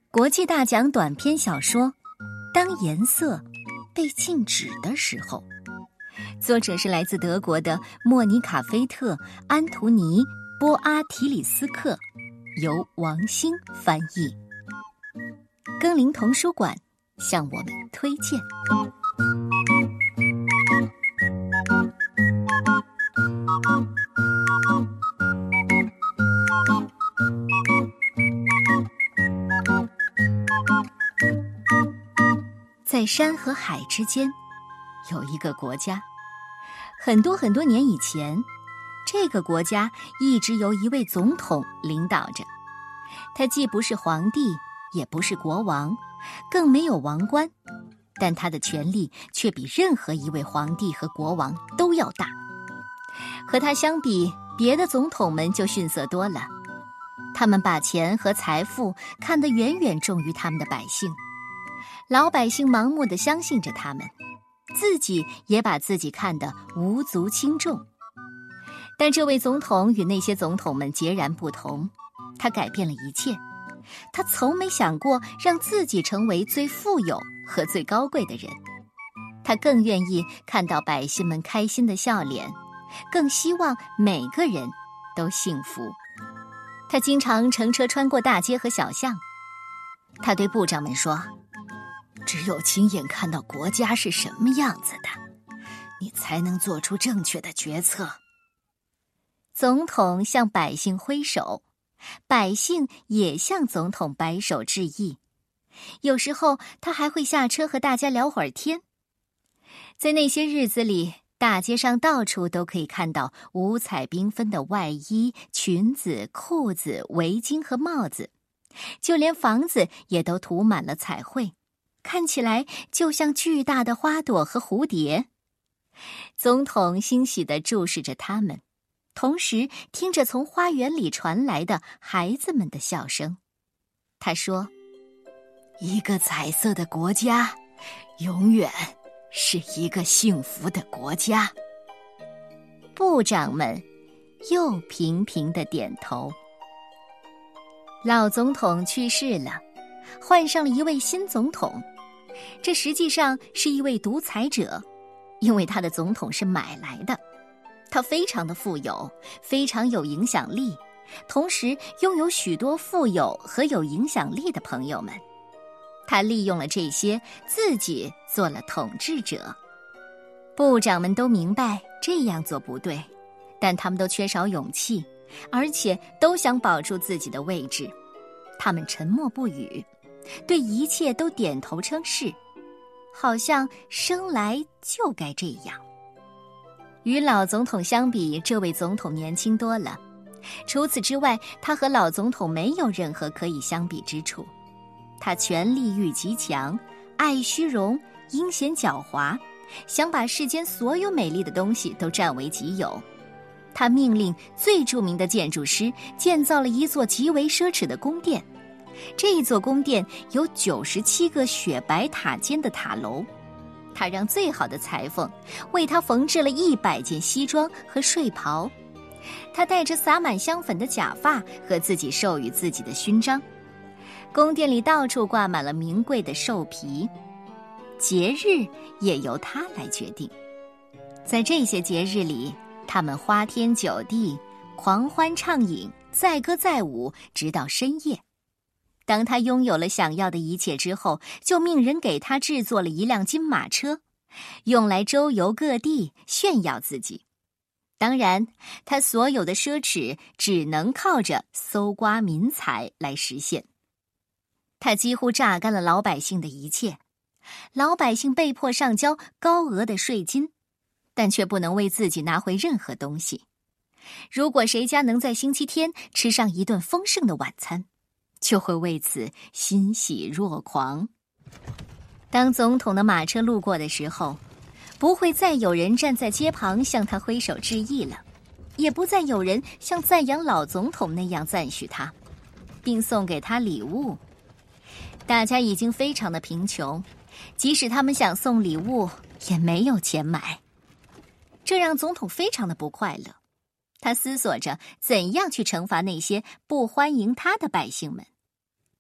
国际大奖短篇小说《当颜色被禁止的时候》，作者是来自德国的莫妮卡·菲特、安图尼·波阿提里斯克，由王兴翻译。耕林童书馆向我们推荐。在山和海之间，有一个国家。很多很多年以前，这个国家一直由一位总统领导着。他既不是皇帝，也不是国王，更没有王冠，但他的权力却比任何一位皇帝和国王都要大。和他相比，别的总统们就逊色多了。他们把钱和财富看得远远重于他们的百姓。老百姓盲目地相信着他们，自己也把自己看得无足轻重。但这位总统与那些总统们截然不同，他改变了一切。他从没想过让自己成为最富有和最高贵的人，他更愿意看到百姓们开心的笑脸，更希望每个人都幸福。他经常乘车穿过大街和小巷，他对部长们说，只有亲眼看到国家是什么样子的，你才能做出正确的决策。总统向百姓挥手，百姓也向总统摆手致意。有时候他还会下车和大家聊会儿天。在那些日子里，大街上到处都可以看到五彩缤纷的外衣、裙子、裤子、围巾和帽子，就连房子也都涂满了彩绘，看起来就像巨大的花朵和蝴蝶。总统欣喜地注视着他们，同时听着从花园里传来的孩子们的笑声。他说，一个彩色的国家永远是一个幸福的国家。部长们又频频地点头。老总统去世了，换上了一位新总统。这实际上是一位独裁者，因为他的总统是买来的。他非常的富有，非常有影响力，同时拥有许多富有和有影响力的朋友们。他利用了这些，自己做了统治者。部长们都明白这样做不对，但他们都缺少勇气，而且都想保住自己的位置。他们沉默不语，对一切都点头称是，好像生来就该这样。与老总统相比，这位总统年轻多了。除此之外，他和老总统没有任何可以相比之处。他权力欲极强，爱虚荣，阴险狡猾，想把世间所有美丽的东西都占为己有。他命令最著名的建筑师建造了一座极为奢侈的宫殿。这一座宫殿有97个雪白塔尖的塔楼。他让最好的裁缝为他缝制了100件西装和睡袍。他戴着洒满香粉的假发和自己授予自己的勋章。宫殿里到处挂满了名贵的兽皮。节日也由他来决定。在这些节日里，他们花天酒地，狂欢畅饮，载歌载舞，直到深夜。当他拥有了想要的一切之后，就命人给他制作了一辆金马车，用来周游各地，炫耀自己。当然，他所有的奢侈只能靠着搜刮民财来实现。他几乎榨干了老百姓的一切，老百姓被迫上交高额的税金，但却不能为自己拿回任何东西。如果谁家能在星期天吃上一顿丰盛的晚餐，就会为此欣喜若狂。当总统的马车路过的时候，不会再有人站在街旁向他挥手致意了，也不再有人像赞扬老总统那样赞许他，并送给他礼物。大家已经非常的贫穷，即使他们想送礼物，也没有钱买。这让总统非常的不快乐。他思索着怎样去惩罚那些不欢迎他的百姓们。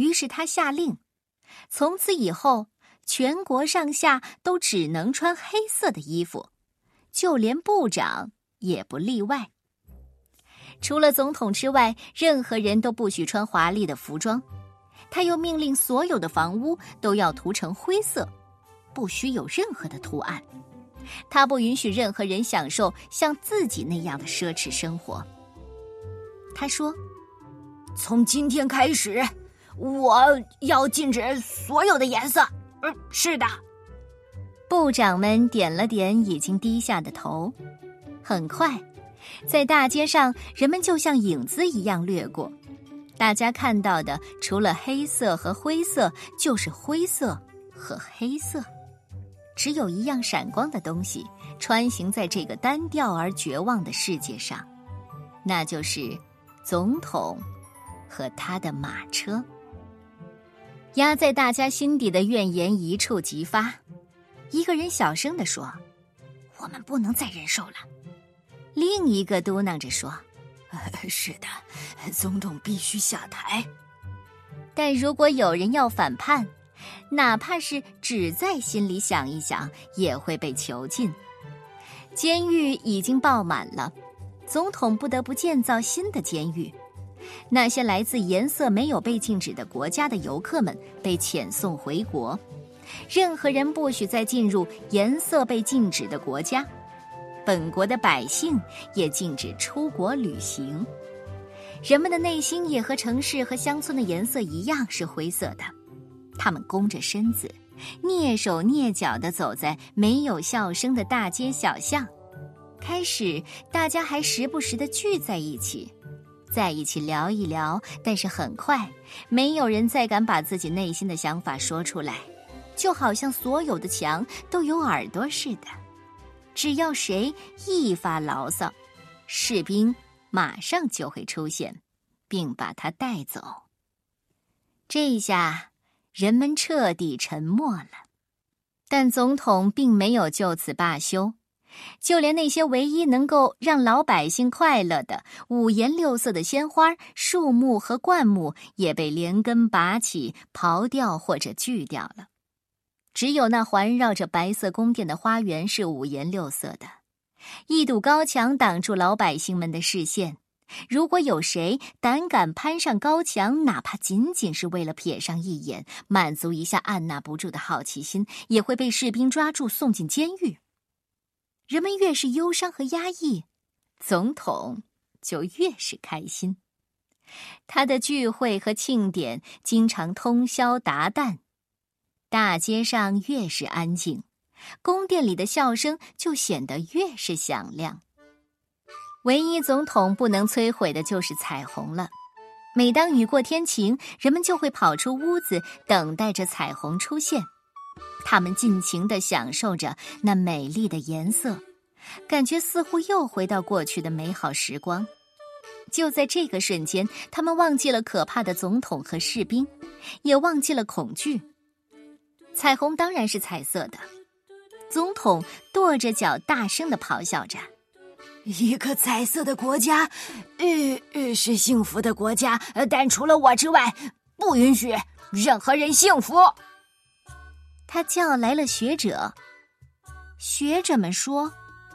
于是他下令，从此以后，全国上下都只能穿黑色的衣服，就连部长也不例外。除了总统之外，任何人都不许穿华丽的服装。他又命令所有的房屋都要涂成灰色，不许有任何的图案。他不允许任何人享受像自己那样的奢侈生活。他说， 从今天开始，我要禁止所有的颜色。是的。 部长们点了点已经低下的头。很快，在大街上，人们就像影子一样掠过。大家看到的除了黑色和灰色，就是灰色和黑色。只有一样闪光的东西穿行在这个单调而绝望的世界上，那就是总统和他的马车。压在大家心底的怨言一触即发。一个人小声地说，我们不能再忍受了。另一个嘟囔着说， 是的，总统必须下台。 但如果有人要反叛，哪怕是只在心里想一想，也会被囚禁。监狱已经爆满了，总统不得不建造新的监狱。那些来自颜色没有被禁止的国家的游客们被遣送回国，任何人不许再进入颜色被禁止的国家。本国的百姓也禁止出国旅行。人们的内心也和城市和乡村的颜色一样是灰色的。他们弓着身子，蹑手蹑脚地走在没有笑声的大街小巷。开始，大家还时不时地聚在一起聊一聊，但是很快，没有人再敢把自己内心的想法说出来，就好像所有的墙都有耳朵似的。只要谁一发牢骚，士兵马上就会出现，并把他带走。这一下，人们彻底沉默了。但总统并没有就此罢休，就连那些唯一能够让老百姓快乐的五颜六色的鲜花、树木和灌木也被连根拔起、刨掉或者锯掉了。只有那环绕着白色宫殿的花园是五颜六色的。一堵高墙挡住老百姓们的视线，如果有谁胆敢攀上高墙，哪怕仅仅是为了瞥上一眼，满足一下按捺不住的好奇心，也会被士兵抓住送进监狱。人们越是忧伤和压抑，总统就越是开心。他的聚会和庆典经常通宵达旦，大街上越是安静，宫殿里的笑声就显得越是响亮。唯一总统不能摧毁的就是彩虹了。每当雨过天晴，人们就会跑出屋子，等待着彩虹出现。他们尽情地享受着那美丽的颜色，感觉似乎又回到过去的美好时光。就在这个瞬间，他们忘记了可怕的总统和士兵，也忘记了恐惧。彩虹当然是彩色的。总统跺着脚大声地咆哮着， 一个彩色的国家，是幸福的国家，但除了我之外，不允许任何人幸福。 他叫来了学者。学者们说，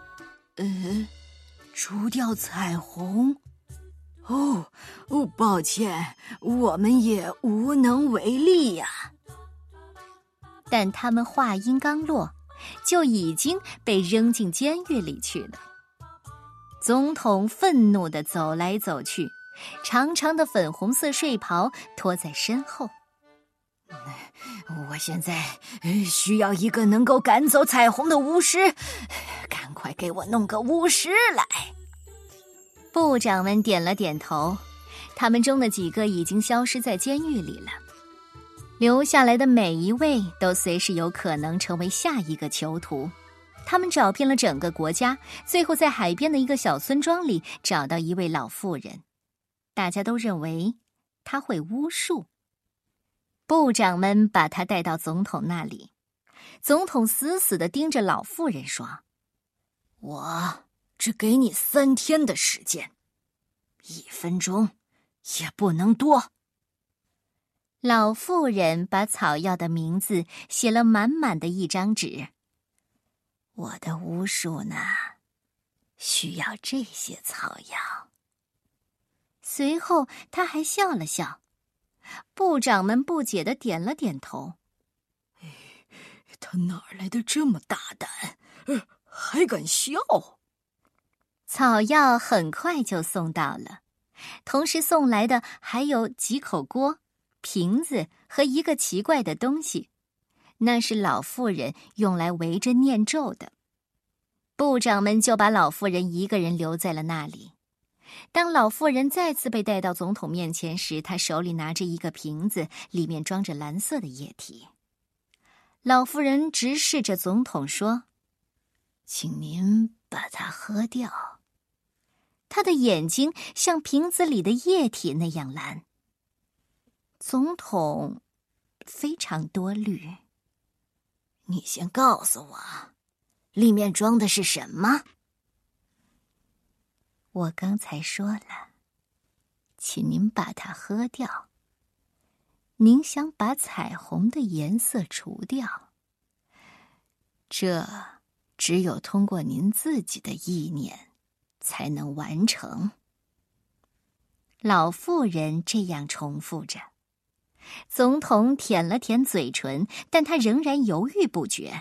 除掉彩虹？抱歉，我们也无能为力呀。 但他们话音刚落，就已经被扔进监狱里去了。总统愤怒地走来走去，长长的粉红色睡袍拖在身后。 我现在需要一个能够赶走彩虹的巫师，赶快给我弄个巫师来。 部长们点了点头，他们中的几个已经消失在监狱里了。留下来的每一位都随时有可能成为下一个囚徒。他们找遍了整个国家，最后在海边的一个小村庄里找到一位老妇人。大家都认为她会巫术。部长们把她带到总统那里。总统死死地盯着老妇人说， 我只给你3天的时间，1分钟也不能多。 老妇人把草药的名字写了满满的一张纸。我的巫术呢，需要这些草药。随后他还笑了笑，部长们不解地点了点头。 他哪来的这么大胆，还敢笑？ 草药很快就送到了，同时送来的还有几口锅、瓶子和一个奇怪的东西，那是老妇人用来围着念咒的。部长们就把老妇人一个人留在了那里。当老妇人再次被带到总统面前时，她手里拿着一个瓶子，里面装着蓝色的液体。老妇人直视着总统说：“请您把它喝掉。”她的眼睛像瓶子里的液体那样蓝。总统非常多虑。你先告诉我，里面装的是什么？我刚才说了，请您把它喝掉。您想把彩虹的颜色除掉，这只有通过您自己的意念才能完成。老妇人这样重复着。总统舔了舔嘴唇，但他仍然犹豫不决。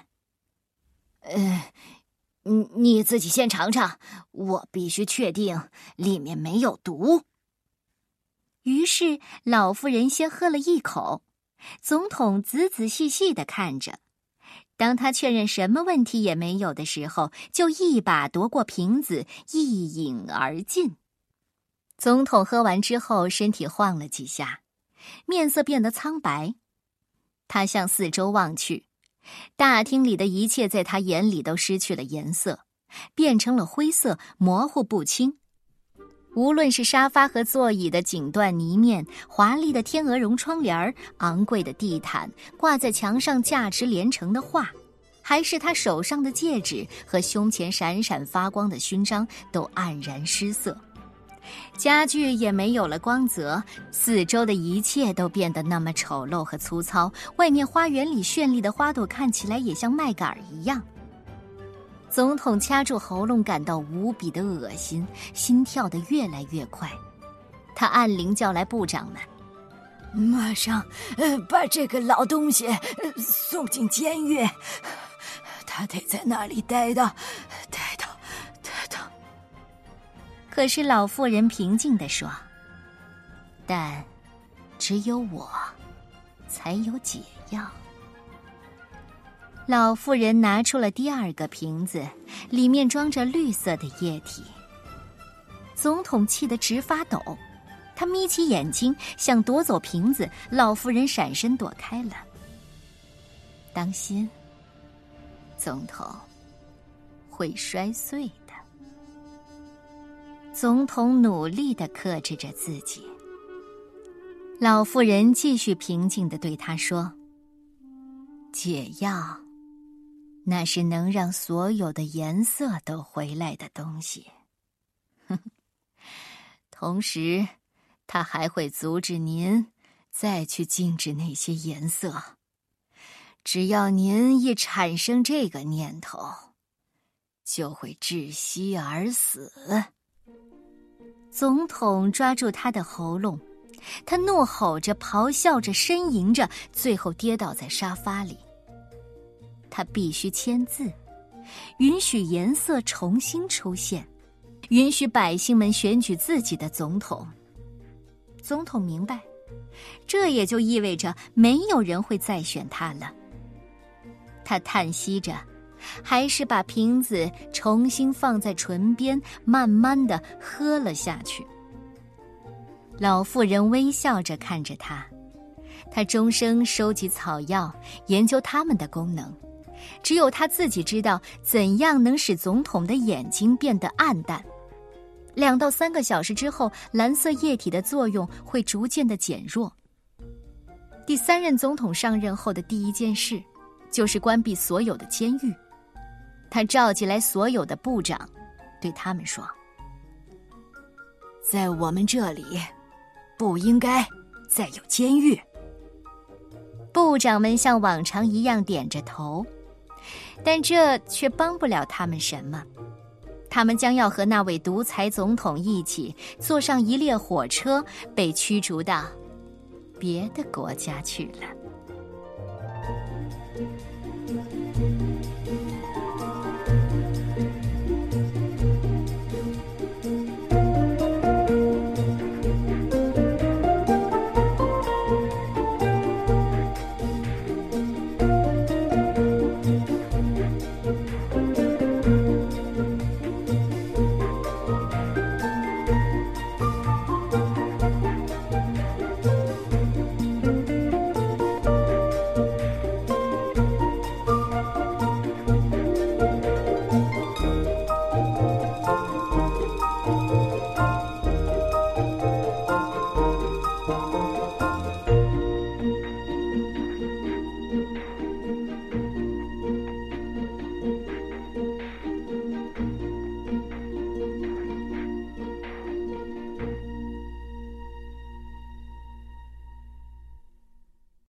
你自己先尝尝，我必须确定里面没有毒。于是老妇人先喝了一口，总统仔仔细细地看着。当他确认什么问题也没有的时候，就一把夺过瓶子，一饮而尽。总统喝完之后，身体晃了几下，面色变得苍白。他向四周望去，大厅里的一切在他眼里都失去了颜色，变成了灰色，模糊不清。无论是沙发和座椅的锦缎呢面、华丽的天鹅绒窗帘、昂贵的地毯、挂在墙上价值连城的画，还是他手上的戒指和胸前闪闪发光的勋章，都黯然失色。家具也没有了光泽，四周的一切都变得那么丑陋和粗糙，外面花园里绚丽的花朵看起来也像麦秆一样。总统掐住喉咙，感到无比的恶心，心跳得越来越快。他按铃叫来部长们， 马上把这个老东西送进监狱，他得在那里待到。 可是老妇人平静地说：“但只有我才有解药。”老妇人拿出了第二个瓶子，里面装着绿色的液体。总统气得直发抖，他眯起眼睛想夺走瓶子，老妇人闪身躲开了。当心，总统会摔碎的。总统努力地克制着自己。老妇人继续平静地对他说：“解药，那是能让所有的颜色都回来的东西。同时，它还会阻止您再去禁止那些颜色。只要您一产生这个念头，就会窒息而死。”总统抓住他的喉咙，他怒吼着、咆哮着、呻吟着，最后跌倒在沙发里。他必须签字，允许颜色重新出现，允许百姓们选举自己的总统。总统明白，这也就意味着没有人会再选他了。他叹息着，还是把瓶子重新放在唇边，慢慢地喝了下去。老妇人微笑着看着他，她终生收集草药，研究它们的功能。只有他自己知道怎样能使总统的眼睛变得暗淡。2到3个小时之后，蓝色液体的作用会逐渐的减弱。第3任总统上任后的第一件事，就是关闭所有的监狱。他召集来所有的部长，对他们说：“在我们这里，不应该再有监狱。 部长们像往常一样点着头，但这却帮不了他们什么。他们将要和那位独裁总统一起坐上一列火车，被驱逐到别的国家去了。